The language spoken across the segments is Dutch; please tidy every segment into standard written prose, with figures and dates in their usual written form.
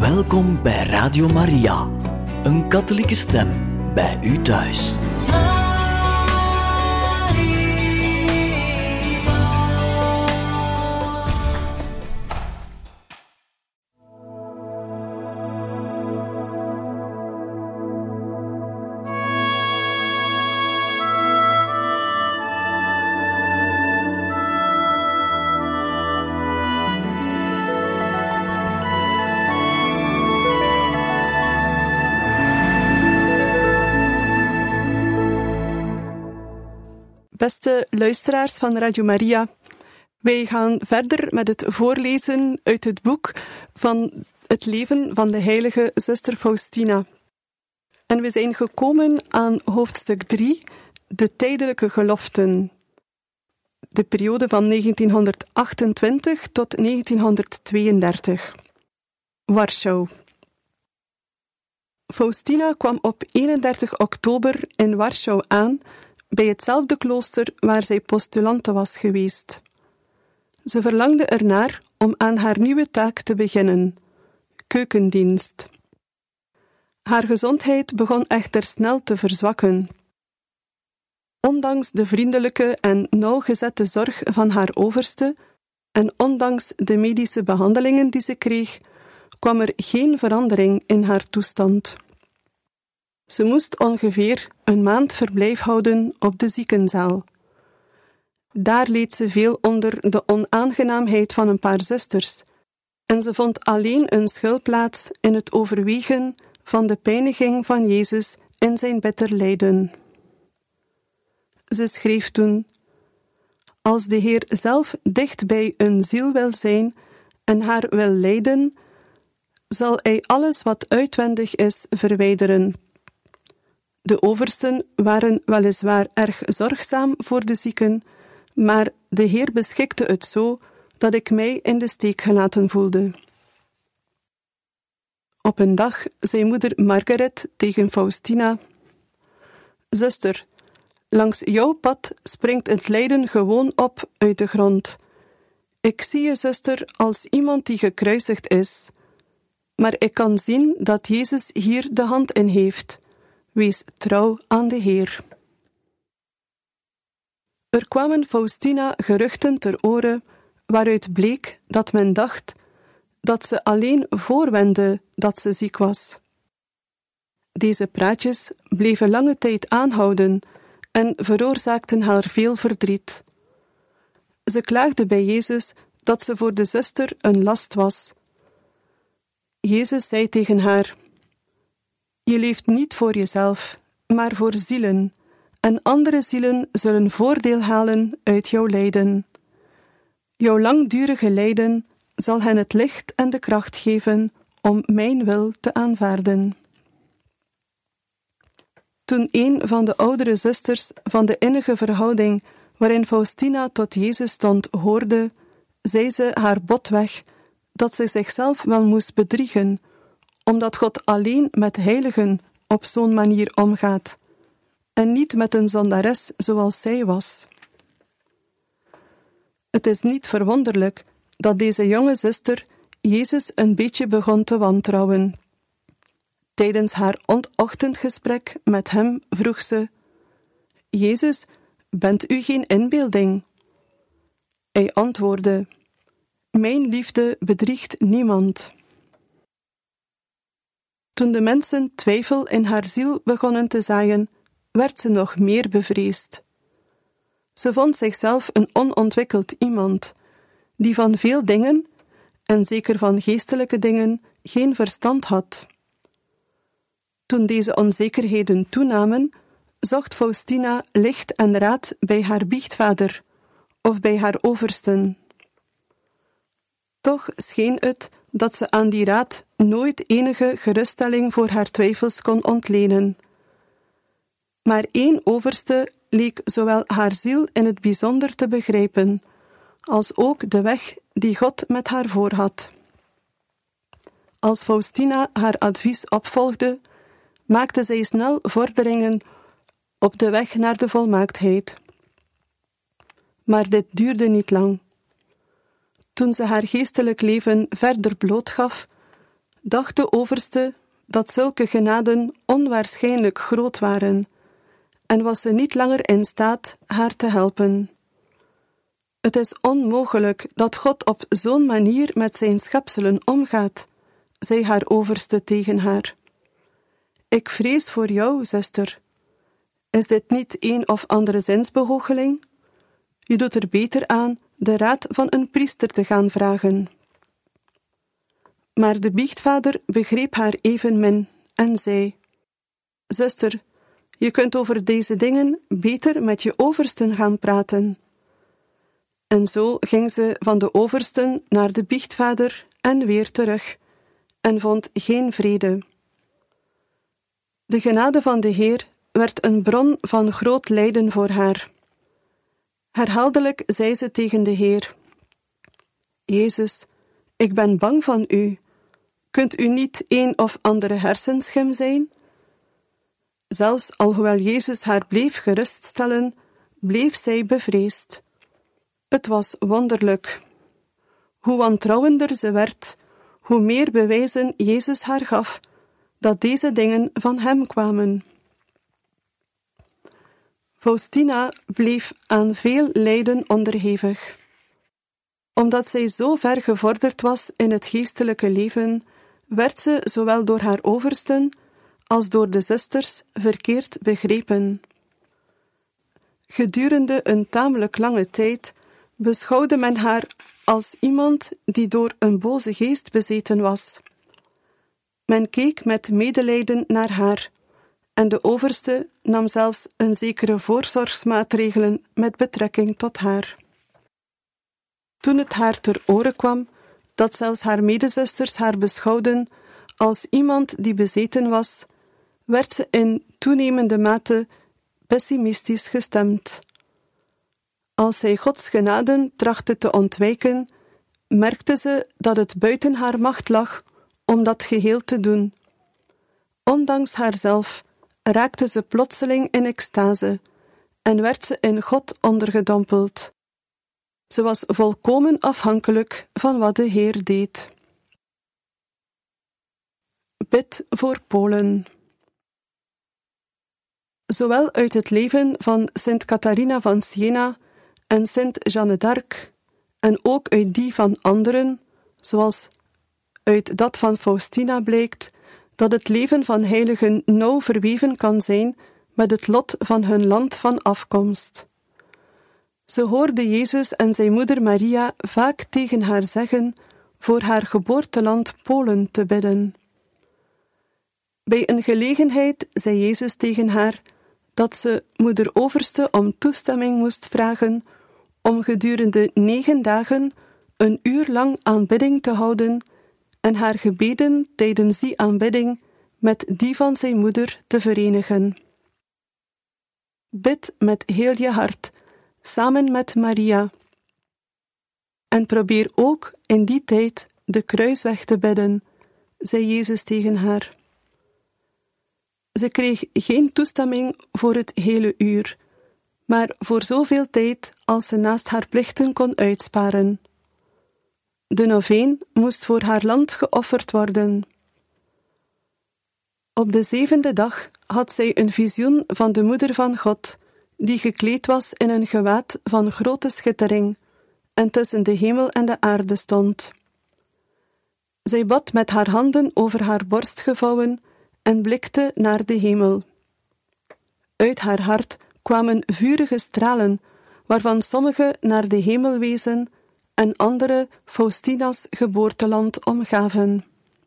Welkom bij Radio Maria, een katholieke stem bij u thuis. Beste luisteraars van Radio Maria, wij gaan verder met het voorlezen uit het boek van het leven van de heilige zuster Faustina. En we zijn gekomen aan hoofdstuk 3, de tijdelijke geloften. De periode van 1928 tot 1932. Warschau. Faustina kwam op 31 oktober in Warschau aan, bij hetzelfde klooster waar zij postulante was geweest. Ze verlangde ernaar om aan haar nieuwe taak te beginnen, keukendienst. Haar gezondheid begon echter snel te verzwakken. Ondanks de vriendelijke en nauwgezette zorg van haar overste en ondanks de medische behandelingen die ze kreeg, kwam er geen verandering in haar toestand. Ze moest ongeveer een maand verblijf houden op de ziekenzaal. Daar leed ze veel onder de onaangenaamheid van een paar zusters, en ze vond alleen een schuilplaats in het overwegen van de pijniging van Jezus in zijn bitter lijden. Ze schreef toen: als de Heer zelf dicht bij een ziel wil zijn en haar wil leiden, zal hij alles wat uitwendig is verwijderen. De oversten waren weliswaar erg zorgzaam voor de zieken, maar de Heer beschikte het zo dat ik mij in de steek gelaten voelde. Op een dag zei moeder Margaret tegen Faustina: zuster, langs jouw pad springt het lijden gewoon op uit de grond. Ik zie je, zuster, als iemand die gekruisigd is. Maar ik kan zien dat Jezus hier de hand in heeft. Wees trouw aan de Heer. Er kwamen Faustina geruchten ter ore, waaruit bleek dat men dacht dat ze alleen voorwendde dat ze ziek was. Deze praatjes bleven lange tijd aanhouden en veroorzaakten haar veel verdriet. Ze klaagde bij Jezus dat ze voor de zuster een last was. Jezus zei tegen haar: je leeft niet voor jezelf, maar voor zielen, en andere zielen zullen voordeel halen uit jouw lijden. Jouw langdurige lijden zal hen het licht en de kracht geven om mijn wil te aanvaarden. Toen een van de oudere zusters van de innige verhouding waarin Faustina tot Jezus stond hoorde, zei ze haar botweg dat ze zichzelf wel moest bedriegen, omdat God alleen met heiligen op zo'n manier omgaat, en niet met een zondares zoals zij was. Het is niet verwonderlijk dat deze jonge zuster Jezus een beetje begon te wantrouwen. Tijdens haar ochtendgesprek met hem vroeg ze: Jezus, bent u geen inbeelding? Hij antwoordde: mijn liefde bedriegt niemand. Toen de mensen twijfel in haar ziel begonnen te zaaien, werd ze nog meer bevreesd. Ze vond zichzelf een onontwikkeld iemand, die van veel dingen, en zeker van geestelijke dingen, geen verstand had. Toen deze onzekerheden toenamen, zocht Faustina licht en raad bij haar biechtvader of bij haar oversten. Toch scheen het dat ze aan die raad nooit enige geruststelling voor haar twijfels kon ontlenen. Maar één overste leek zowel haar ziel in het bijzonder te begrijpen, als ook de weg die God met haar voorhad. Als Faustina haar advies opvolgde, maakte zij snel vorderingen op de weg naar de volmaaktheid. Maar dit duurde niet lang. Toen ze haar geestelijk leven verder blootgaf, dacht de overste dat zulke genaden onwaarschijnlijk groot waren en was ze niet langer in staat haar te helpen. Het is onmogelijk dat God op zo'n manier met zijn schepselen omgaat, zei haar overste tegen haar. Ik vrees voor jou, zuster. Is dit niet een of andere zinsbegoocheling? Je doet er beter aan de raad van een priester te gaan vragen. Maar de biechtvader begreep haar evenmin en zei: Zuster, je kunt over deze dingen beter met je oversten gaan praten. En zo ging ze van de oversten naar de biechtvader en weer terug, en vond geen vrede. De genade van de Heer werd een bron van groot lijden voor haar. Herhaaldelijk zei ze tegen de Heer: Jezus, ik ben bang van u. Kunt u niet een of andere hersenschim zijn? Zelfs alhoewel Jezus haar bleef geruststellen, bleef zij bevreesd. Het was wonderlijk. Hoe wantrouwender ze werd, hoe meer bewijzen Jezus haar gaf dat deze dingen van hem kwamen. Faustina bleef aan veel lijden onderhevig. Omdat zij zo ver gevorderd was in het geestelijke leven, werd ze zowel door haar oversten als door de zusters verkeerd begrepen. Gedurende een tamelijk lange tijd beschouwde men haar als iemand die door een boze geest bezeten was. Men keek met medelijden naar haar, en de overste nam zelfs een zekere voorzorgsmaatregelen met betrekking tot haar. Toen het haar ter oren kwam dat zelfs haar medezusters haar beschouwden als iemand die bezeten was, werd ze in toenemende mate pessimistisch gestemd. Als zij Gods genaden trachtte te ontwijken, merkte ze dat het buiten haar macht lag om dat geheel te doen. Ondanks haarzelf raakte ze plotseling in extase en werd ze in God ondergedompeld. Ze was volkomen afhankelijk van wat de Heer deed. Bid voor Polen. Zowel uit het leven van Sint Catharina van Siena en Sint Jeanne d'Arc, en ook uit die van anderen, zoals uit dat van Faustina blijkt, dat het leven van heiligen nauw verweven kan zijn met het lot van hun land van afkomst. Ze hoorde Jezus en zijn moeder Maria vaak tegen haar zeggen voor haar geboorteland Polen te bidden. Bij een gelegenheid zei Jezus tegen haar dat ze moeder overste om toestemming moest vragen om gedurende 9 dagen 1 uur lang aanbidding te houden en haar gebeden tijdens die aanbidding met die van zijn moeder te verenigen. Bid met heel je hart, samen met Maria. En probeer ook in die tijd de kruisweg te bidden, zei Jezus tegen haar. Ze kreeg geen toestemming voor het hele uur, maar voor zoveel tijd als ze naast haar plichten kon uitsparen. De noveen moest voor haar land geofferd worden. Op de 7e dag had zij een visioen van de moeder van God, die gekleed was in een gewaad van grote schittering en tussen de hemel en de aarde stond. Zij bad met haar handen over haar borst gevouwen en blikte naar de hemel. Uit haar hart kwamen vurige stralen, waarvan sommige naar de hemel wezen en andere Faustina's geboorteland omgaven.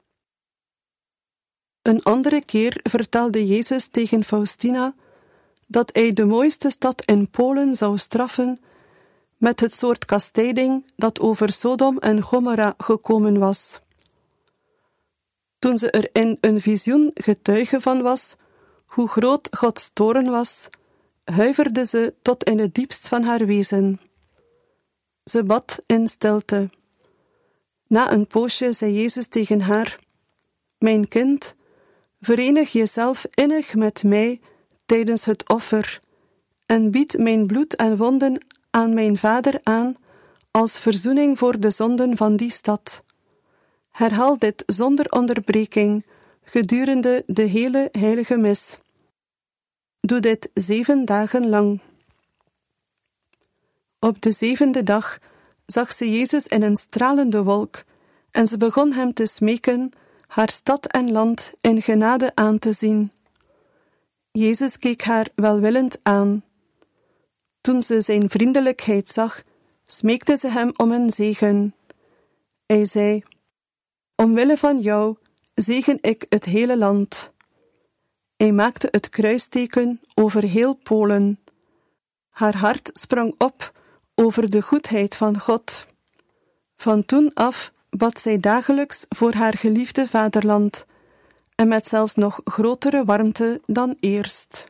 Een andere keer vertelde Jezus tegen Faustina dat hij de mooiste stad in Polen zou straffen met het soort kastijding dat over Sodom en Gomorra gekomen was. Toen ze er in een visioen getuige van was, hoe groot Gods toorn was, huiverde ze tot in het diepst van haar wezen. Ze bad in stilte. Na een poosje zei Jezus tegen haar: Mijn kind, verenig jezelf innig met mij tijdens het offer en bied mijn bloed en wonden aan mijn Vader aan als verzoening voor de zonden van die stad. Herhaal dit zonder onderbreking gedurende de hele heilige mis. Doe dit 7 dagen lang. Op de 7e dag zag ze Jezus in een stralende wolk en ze begon hem te smeken haar stad en land in genade aan te zien. Jezus keek haar welwillend aan. Toen ze zijn vriendelijkheid zag, smeekte ze hem om een zegen. Hij zei: omwille van jou zegen ik het hele land. Hij maakte het kruisteken over heel Polen. Haar hart sprong op over de goedheid van God. Van toen af bad zij dagelijks voor haar geliefde vaderland, en met zelfs nog grotere warmte dan eerst.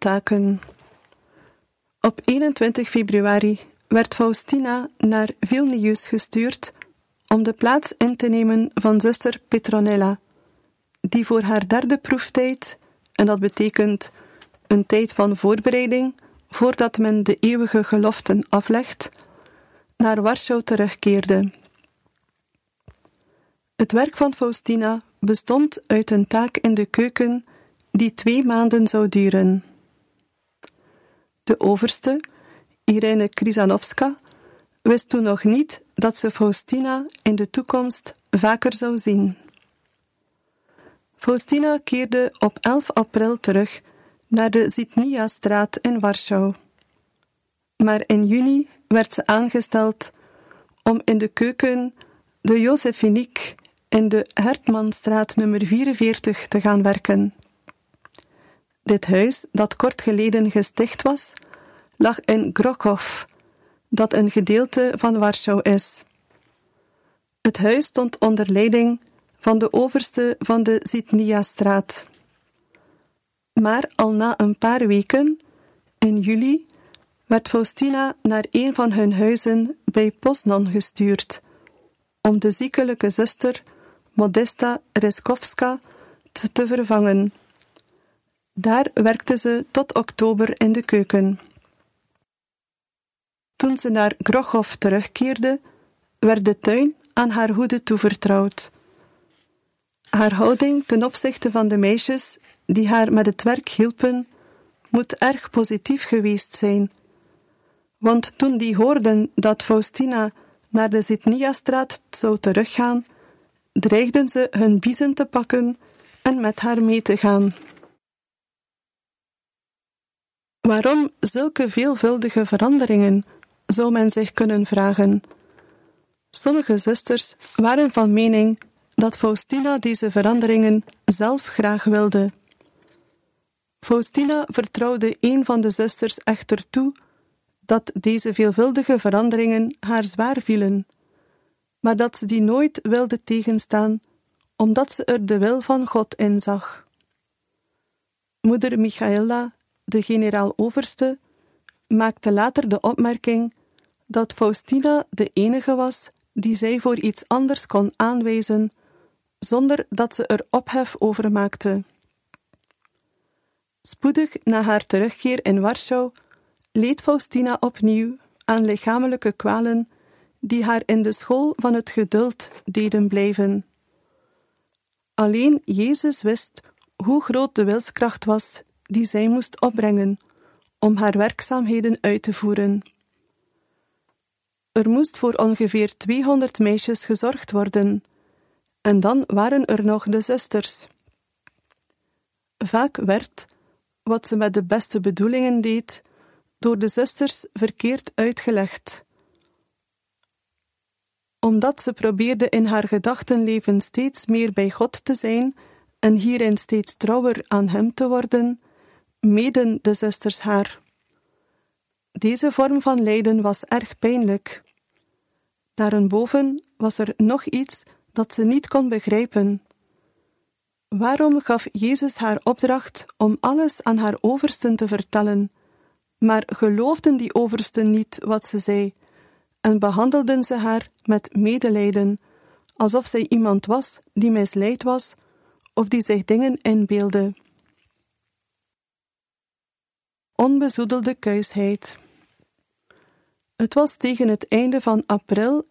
taken. Op 21 februari werd Faustina naar Vilnius gestuurd om de plaats in te nemen van zuster Petronella, die voor haar derde proeftijd, en dat betekent een tijd van voorbereiding voordat men de eeuwige geloften aflegt, naar Warschau terugkeerde. Het werk van Faustina bestond uit een taak in de keuken die 2 maanden zou duren. De overste, Irene Križanovská, wist toen nog niet dat ze Faustina in de toekomst vaker zou zien. Faustina keerde op 11 april terug naar de Zitnia-straat in Warschau. Maar in juni werd ze aangesteld om in de keuken de Josefiniek in de Hertmanstraat nummer 44 te gaan werken. Dit huis, dat kort geleden gesticht was, lag in Grochów, dat een gedeelte van Warschau is. Het huis stond onder leiding van de overste van de Zitnia-straat. Maar al na een paar weken, in juli, werd Faustina naar een van hun huizen bij Poznan gestuurd, om de ziekelijke zuster Modesta Reskowska te vervangen. Daar werkte ze tot oktober in de keuken. Toen ze naar Grochów terugkeerde, werd de tuin aan haar hoede toevertrouwd. Haar houding ten opzichte van de meisjes die haar met het werk hielpen, moet erg positief geweest zijn. Want toen die hoorden dat Faustina naar de Zitnia-straat zou teruggaan, dreigden ze hun biezen te pakken en met haar mee te gaan. Waarom zulke veelvuldige veranderingen, zou men zich kunnen vragen. Sommige zusters waren van mening dat Faustina deze veranderingen zelf graag wilde. Faustina vertrouwde een van de zusters echter toe dat deze veelvuldige veranderingen haar zwaar vielen, maar dat ze die nooit wilde tegenstaan, omdat ze er de wil van God in zag. Moeder Michaela, de generaal-overste, maakte later de opmerking dat Faustina de enige was die zij voor iets anders kon aanwijzen, zonder dat ze er ophef over maakte. Spoedig na haar terugkeer in Warschau leed Faustina opnieuw aan lichamelijke kwalen die haar in de school van het geduld deden blijven. Alleen Jezus wist hoe groot de wilskracht was die zij moest opbrengen om haar werkzaamheden uit te voeren. Er moest voor ongeveer 200 meisjes gezorgd worden, en dan waren er nog de zusters. Vaak werd, wat ze met de beste bedoelingen deed, door de zusters verkeerd uitgelegd. Omdat ze probeerde in haar gedachtenleven steeds meer bij God te zijn en hierin steeds trouwer aan hem te worden, meden de zusters haar. Deze vorm van lijden was erg pijnlijk. Daarenboven was er nog iets dat ze niet kon begrijpen. Waarom gaf Jezus haar opdracht om alles aan haar oversten te vertellen, maar geloofden die oversten niet wat ze zei en behandelden ze haar met medelijden, alsof zij iemand was die misleid was of die zich dingen inbeeldde? Onbezoedelde kuisheid. Het was tegen het einde van april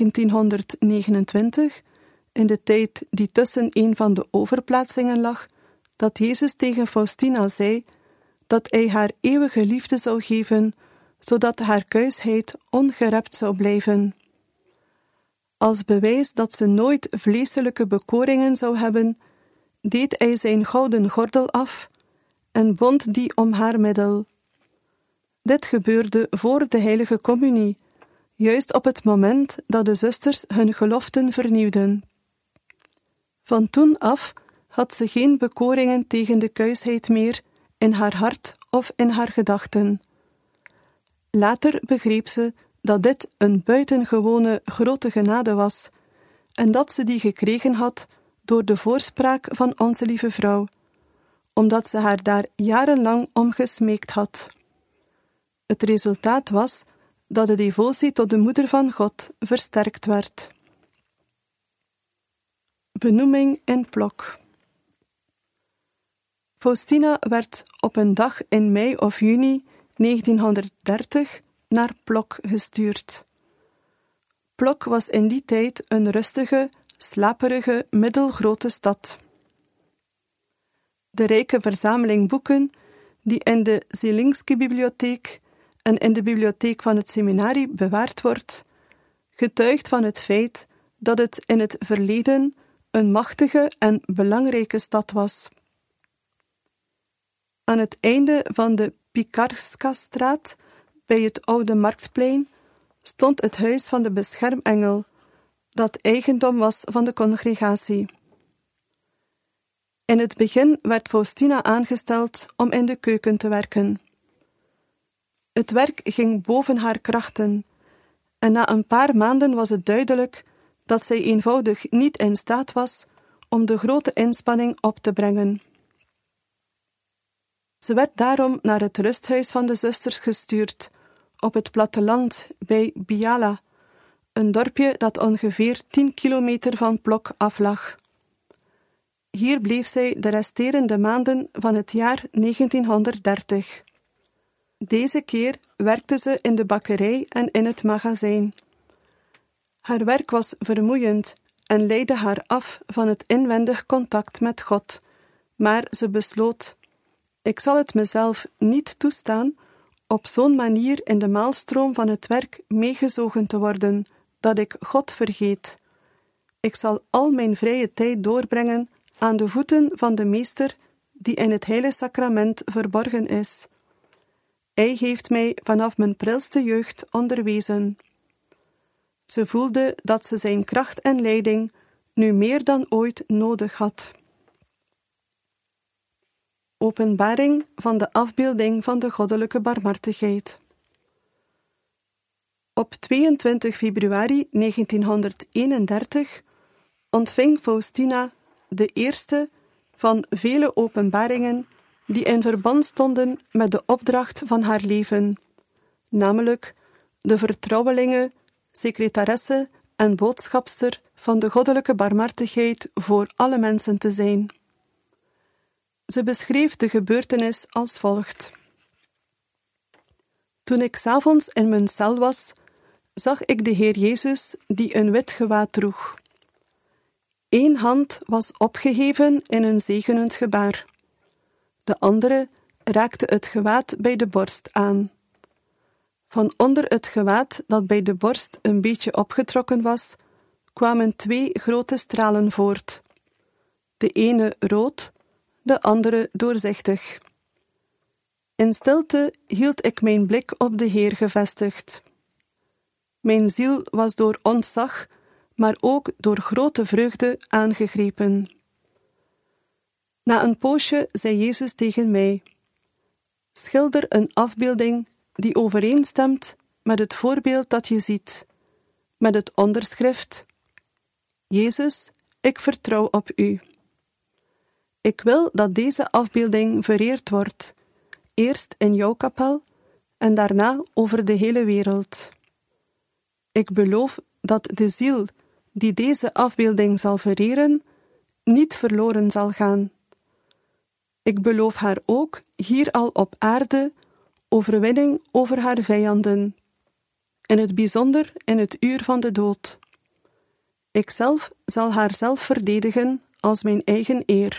1929, in de tijd die tussen een van de overplaatsingen lag, dat Jezus tegen Faustina zei dat hij haar eeuwige liefde zou geven, zodat haar kuisheid ongerept zou blijven. Als bewijs dat ze nooit vleeselijke bekoringen zou hebben, deed hij zijn gouden gordel af en bond die om haar middel. Dit gebeurde voor de heilige communie, juist op het moment dat de zusters hun geloften vernieuwden. Van toen af had ze geen bekoringen tegen de kuisheid meer in haar hart of in haar gedachten. Later begreep ze dat dit een buitengewone grote genade was en dat ze die gekregen had door de voorspraak van Onze Lieve Vrouw, omdat ze haar daar jarenlang om gesmeekt had. Het resultaat was dat de devotie tot de moeder van God versterkt werd. Benoeming in Plok. Faustina werd op een dag in mei of juni 1930 naar Plok gestuurd. Plok was in die tijd een rustige, slaperige, middelgrote stad. De rijke verzameling boeken die in de Zieliński-bibliotheek en in de bibliotheek van het seminarie bewaard wordt, getuigt van het feit dat het in het verleden een machtige en belangrijke stad was. Aan het einde van de Piekarska-straat, bij het oude marktplein, stond het huis van de beschermengel, dat eigendom was van de congregatie. In het begin werd Faustina aangesteld om in de keuken te werken. Het werk ging boven haar krachten, en na een paar maanden was het duidelijk dat zij eenvoudig niet in staat was om de grote inspanning op te brengen. Ze werd daarom naar het rusthuis van de zusters gestuurd, op het platteland bij Biala, een dorpje dat ongeveer 10 kilometer van Plok aflag. Hier bleef zij de resterende maanden van het jaar 1930. Deze keer werkte ze in de bakkerij en in het magazijn. Haar werk was vermoeiend en leidde haar af van het inwendig contact met God, maar ze besloot: ik zal het mezelf niet toestaan op zo'n manier in de maalstroom van het werk meegezogen te worden, dat ik God vergeet. Ik zal al mijn vrije tijd doorbrengen aan de voeten van de Meester die in het heilige sacrament verborgen is. Hij heeft mij vanaf mijn prilste jeugd onderwezen. Ze voelde dat ze zijn kracht en leiding nu meer dan ooit nodig had. Openbaring van de afbeelding van de goddelijke barmhartigheid. Op 22 februari 1931 ontving Faustina de eerste van vele openbaringen die in verband stonden met de opdracht van haar leven, namelijk de vertrouwelinge, secretaresse en boodschapster van de goddelijke barmhartigheid voor alle mensen te zijn. Ze beschreef de gebeurtenis als volgt. Toen ik 's avonds in mijn cel was, zag ik de Heer Jezus die een wit gewaad droeg. 1 hand was opgeheven in een zegenend gebaar. De andere raakte het gewaad bij de borst aan. Van onder het gewaad dat bij de borst een beetje opgetrokken was, kwamen 2 grote stralen voort. De ene rood, de andere doorzichtig. In stilte hield ik mijn blik op de Heer gevestigd. Mijn ziel was door ontzag, maar ook door grote vreugde aangegrepen. Na een poosje zei Jezus tegen mij: schilder een afbeelding die overeenstemt met het voorbeeld dat je ziet, met het onderschrift: Jezus, ik vertrouw op u. Ik wil dat deze afbeelding vereerd wordt, eerst in jouw kapel en daarna over de hele wereld. Ik beloof dat de ziel die deze afbeelding zal vereren, niet verloren zal gaan. Ik beloof haar ook, hier al op aarde, overwinning over haar vijanden, in het bijzonder in het uur van de dood. Ikzelf zal haar zelf verdedigen als mijn eigen eer.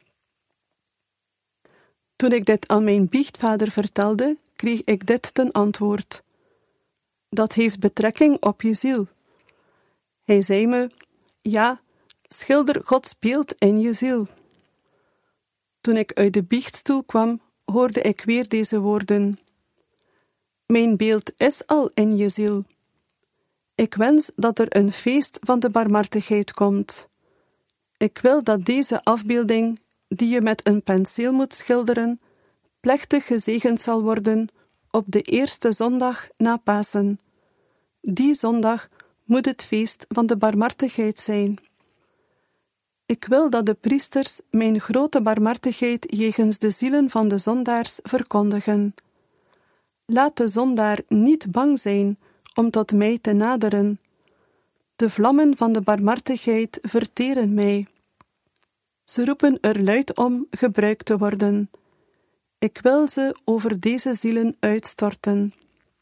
Toen ik dit aan mijn biechtvader vertelde, kreeg ik dit ten antwoord: dat heeft betrekking op je ziel. Hij zei me: ja, schilder Gods beeld in je ziel. Toen ik uit de biechtstoel kwam, hoorde ik weer deze woorden: mijn beeld is al in je ziel. Ik wens dat er een feest van de barmhartigheid komt. Ik wil dat deze afbeelding, die je met een penseel moet schilderen, plechtig gezegend zal worden op de eerste zondag na Pasen. Die zondag moet het feest van de barmhartigheid zijn. Ik wil dat de priesters mijn grote barmhartigheid jegens de zielen van de zondaars verkondigen. Laat de zondaar niet bang zijn om tot mij te naderen. De vlammen van de barmhartigheid verteren mij. Ze roepen er luid om gebruikt te worden. Ik wil ze over deze zielen uitstorten.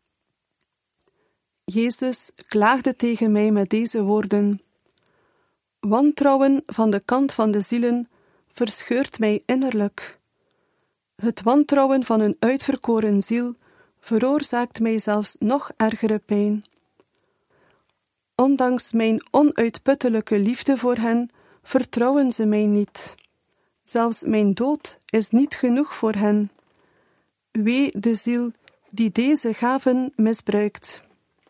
Jezus klaagde tegen mij met deze woorden: wantrouwen van de kant van de zielen verscheurt mij innerlijk. Het wantrouwen van een uitverkoren ziel veroorzaakt mij zelfs nog ergere pijn. Ondanks mijn onuitputtelijke liefde voor hen, vertrouwen ze mij niet. Zelfs mijn dood is niet genoeg voor hen. Wee de ziel die deze gaven misbruikt.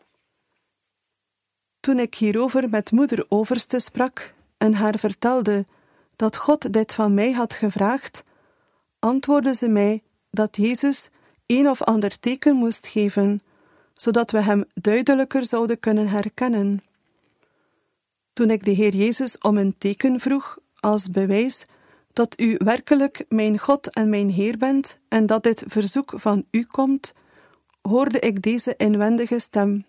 Toen ik hierover met moeder overste sprak en haar vertelde dat God dit van mij had gevraagd, antwoordde ze mij dat Jezus een of ander teken moest geven, zodat we hem duidelijker zouden kunnen herkennen. Toen ik de Heer Jezus om een teken vroeg, als bewijs dat u werkelijk mijn God en mijn Heer bent en dat dit verzoek van u komt, hoorde ik deze inwendige stem: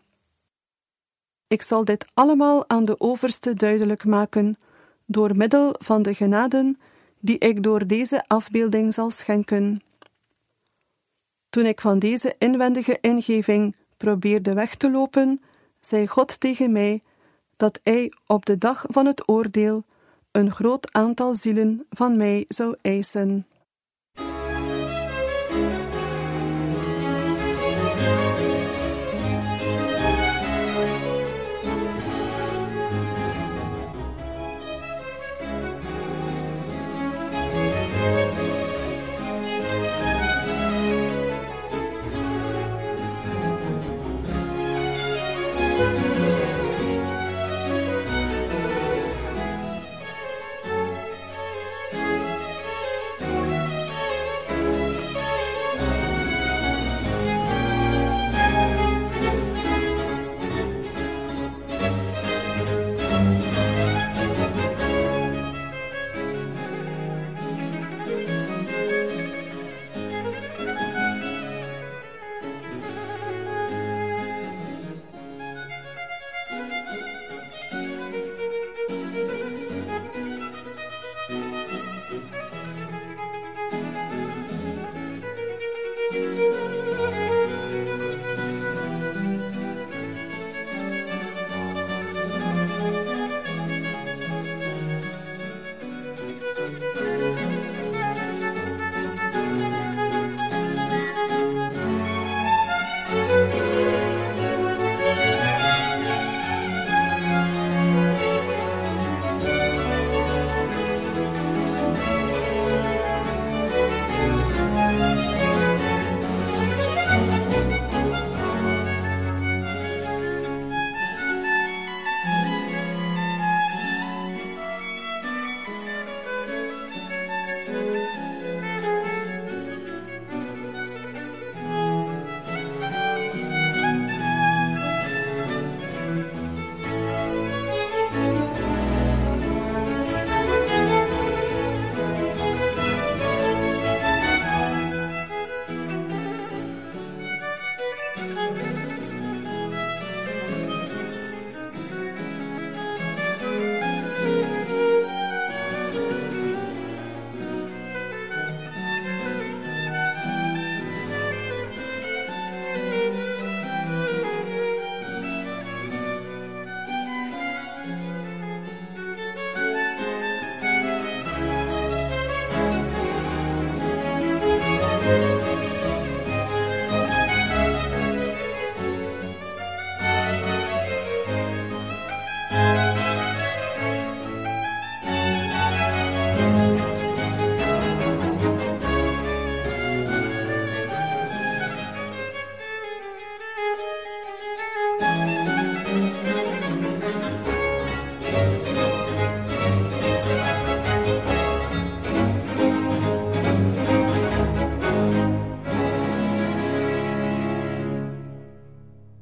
ik zal dit allemaal aan de overste duidelijk maken, door middel van de genaden die ik door deze afbeelding zal schenken. Toen ik van deze inwendige ingeving probeerde weg te lopen, zei God tegen mij dat hij op de dag van het oordeel een groot aantal zielen van mij zou eisen.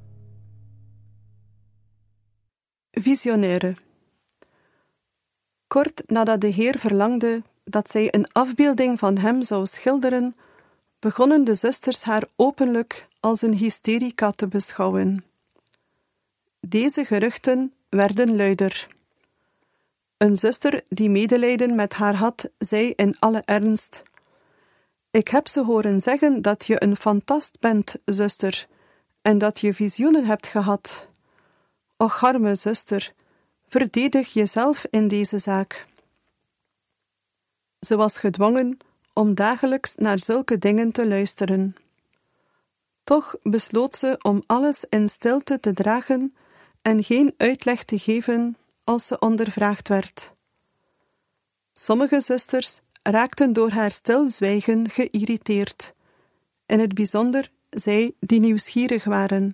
Visionaire. Kort nadat de Heer verlangde dat zij een afbeelding van hem zou schilderen, begonnen de zusters haar openlijk als een hysterica te beschouwen. Deze geruchten werden luider. Een zuster die medelijden met haar had, zei in alle ernst: Ik heb ze horen zeggen dat je een fantast bent, zuster, en dat je visioenen hebt gehad. Och, arme zuster, verdedig jezelf in deze zaak. Ze was gedwongen om dagelijks naar zulke dingen te luisteren. Toch besloot ze om alles in stilte te dragen en geen uitleg te geven als ze ondervraagd werd. Sommige zusters raakten door haar stilzwijgen geïrriteerd, in het bijzonder zij die nieuwsgierig waren.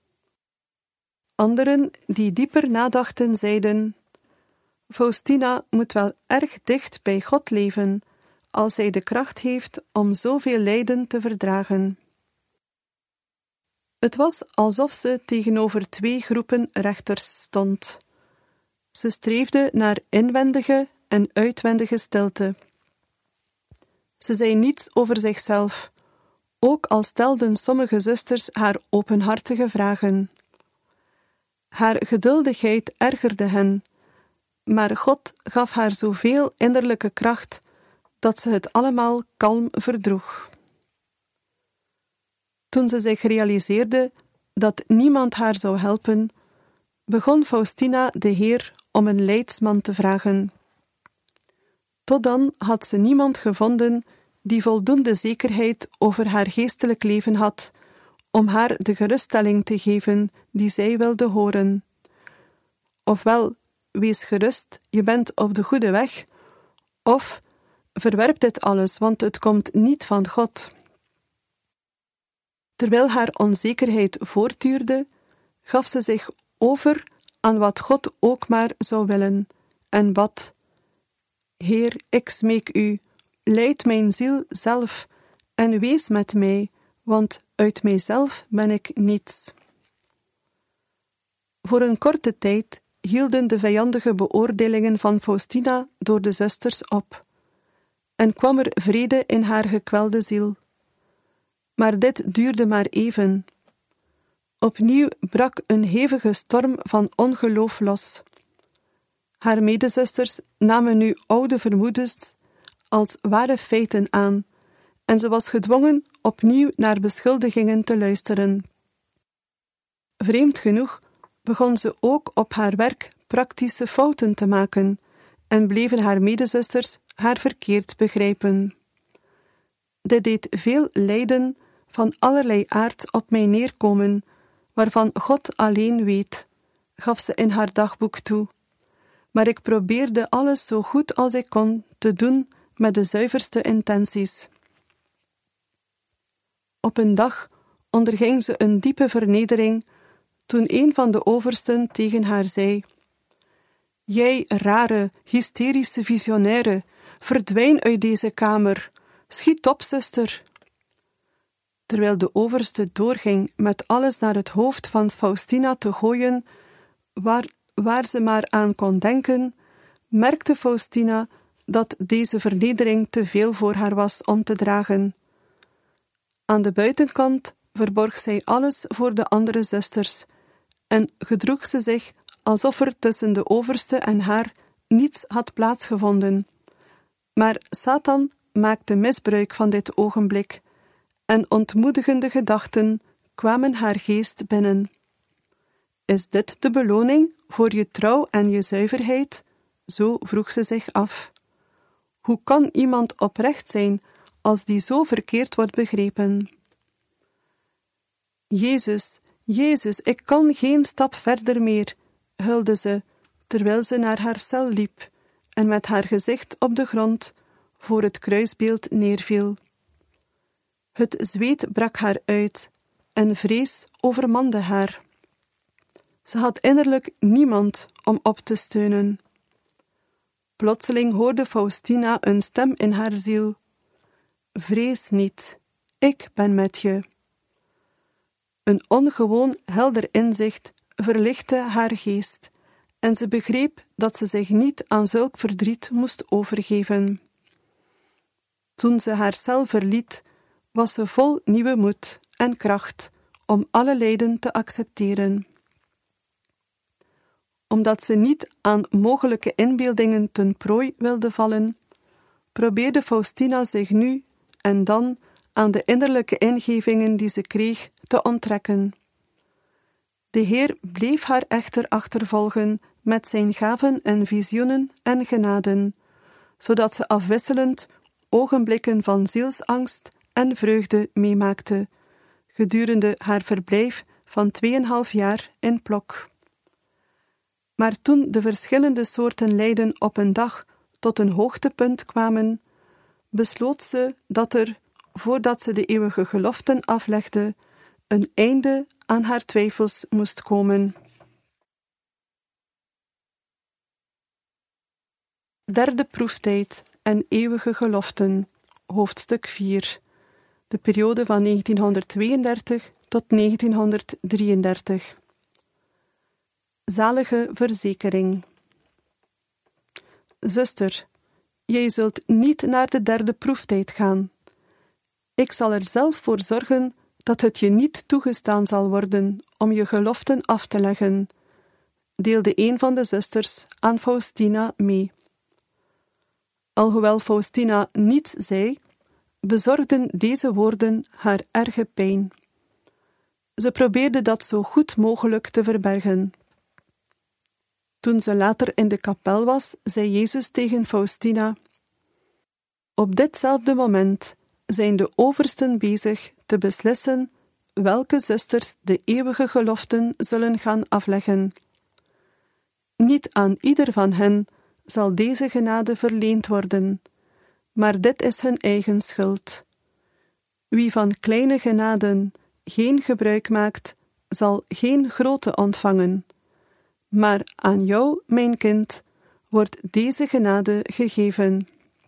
Anderen die dieper nadachten zeiden: Faustina moet wel erg dicht bij God leven, als zij de kracht heeft om zoveel lijden te verdragen. Het was alsof ze tegenover twee groepen rechters stond. Ze streefde naar inwendige en uitwendige stilte. Ze zei niets over zichzelf, ook al stelden sommige zusters haar openhartige vragen. Haar geduldigheid ergerde hen, maar God gaf haar zoveel innerlijke kracht dat ze het allemaal kalm verdroeg. Toen ze zich realiseerde dat niemand haar zou helpen, begon Faustina de Heer om een leidsman te vragen. Tot dan had ze niemand gevonden die voldoende zekerheid over haar geestelijk leven had, om haar de geruststelling te geven die zij wilde horen. Ofwel, wees gerust, je bent op de goede weg, of verwerp dit alles, want het komt niet van God. Terwijl haar onzekerheid voortduurde, gaf ze zich over aan wat God ook maar zou willen, en bad: Heer, ik smeek u, leid mijn ziel zelf en wees met mij, want uit mijzelf ben ik niets. Voor een korte tijd hielden de vijandige beoordelingen van Faustina door de zusters op, en kwam er vrede in haar gekwelde ziel. Maar dit duurde maar even. Opnieuw brak een hevige storm van ongeloof los. Haar medezusters namen nu oude vermoedens als ware feiten aan, en ze was gedwongen opnieuw naar beschuldigingen te luisteren. Vreemd genoeg begon ze ook op haar werk praktische fouten te maken en bleven haar medezusters haar verkeerd begrijpen. Dit deed veel lijden van allerlei aard op mij neerkomen, waarvan God alleen weet, gaf ze in haar dagboek toe. Maar ik probeerde alles zo goed als ik kon te doen met de zuiverste intenties. Op een dag onderging ze een diepe vernedering toen een van de oversten tegen haar zei: Jij rare, hysterische visionaire, verdwijn uit deze kamer. Schiet op, zuster. Terwijl de overste doorging met alles naar het hoofd van Faustina te gooien, waar ze maar aan kon denken, merkte Faustina dat deze vernedering te veel voor haar was om te dragen. Aan de buitenkant verborg zij alles voor de andere zusters en gedroeg ze zich alsof er tussen de overste en haar niets had plaatsgevonden. Maar Satan maakte misbruik van dit ogenblik en ontmoedigende gedachten kwamen haar geest binnen. Is dit de beloning voor je trouw en je zuiverheid? Zo vroeg ze zich af. Hoe kan iemand oprecht zijn als die zo verkeerd wordt begrepen? Jezus, Jezus, ik kan geen stap verder meer, huilde ze, terwijl ze naar haar cel liep en met haar gezicht op de grond voor het kruisbeeld neerviel. Het zweet brak haar uit en vrees overmande haar. Ze had innerlijk niemand om op te steunen. Plotseling hoorde Faustina een stem in haar ziel: Vrees niet, ik ben met je. Een ongewoon helder inzicht verlichtte haar geest en ze begreep dat ze zich niet aan zulk verdriet moest overgeven. Toen ze haar cel verliet, was ze vol nieuwe moed en kracht om alle lijden te accepteren. Omdat ze niet aan mogelijke inbeeldingen ten prooi wilde vallen, probeerde Faustina zich nu en dan aan de innerlijke ingevingen die ze kreeg te onttrekken. De Heer bleef haar echter achtervolgen met zijn gaven en visioenen en genaden, zodat ze afwisselend ogenblikken van zielsangst en vreugde meemaakte, gedurende haar verblijf van 2,5 jaar in Plok. Maar toen de verschillende soorten lijden op een dag tot een hoogtepunt kwamen, besloot ze dat er, voordat ze de eeuwige geloften aflegde, een einde aan haar twijfels moest komen. Derde proeftijd en eeuwige geloften, hoofdstuk 4, de periode van 1932 tot 1933. Zalige verzekering. Zuster, jij zult niet naar de derde proeftijd gaan. Ik zal er zelf voor zorgen dat het je niet toegestaan zal worden om je geloften af te leggen, deelde een van de zusters aan Faustina mee. Alhoewel Faustina niets zei, bezorgden deze woorden haar erge pijn. Ze probeerde dat zo goed mogelijk te verbergen. Toen ze later in de kapel was, zei Jezus tegen Faustina: op ditzelfde moment zijn de oversten bezig te beslissen welke zusters de eeuwige geloften zullen gaan afleggen. Niet aan ieder van hen zal deze genade verleend worden, maar dit is hun eigen schuld. Wie van kleine genaden geen gebruik maakt, zal geen grote ontvangen. Maar aan jou, mijn kind, wordt deze genade gegeven.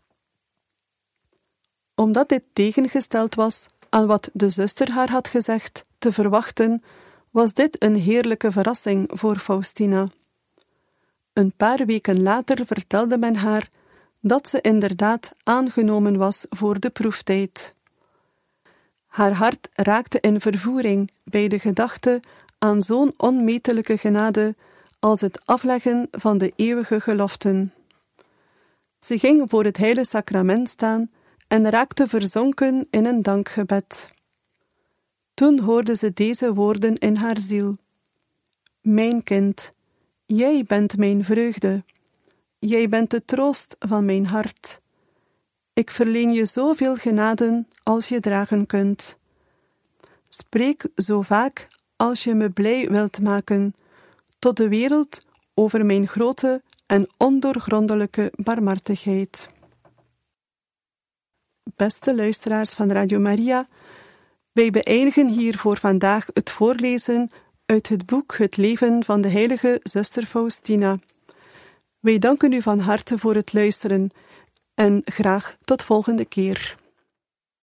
Omdat dit tegengesteld was aan wat de zuster haar had gezegd te verwachten, was dit een heerlijke verrassing voor Faustina. Een paar weken later vertelde men haar dat ze inderdaad aangenomen was voor de proeftijd. Haar hart raakte in vervoering bij de gedachte aan zo'n onmetelijke genade als het afleggen van de eeuwige geloften. Ze ging voor het heilige sacrament staan en raakte verzonken in een dankgebed. Toen hoorde ze deze woorden in haar ziel: mijn kind, jij bent mijn vreugde. Jij bent de troost van mijn hart. Ik verleen je zoveel genaden als je dragen kunt. Spreek zo vaak als je me blij wilt maken, tot de wereld over mijn grote en ondoorgrondelijke barmhartigheid. Beste luisteraars van Radio Maria, wij beëindigen hier voor vandaag het voorlezen uit het boek Het leven van de heilige zuster Faustina. Wij danken u van harte voor het luisteren en graag tot volgende keer.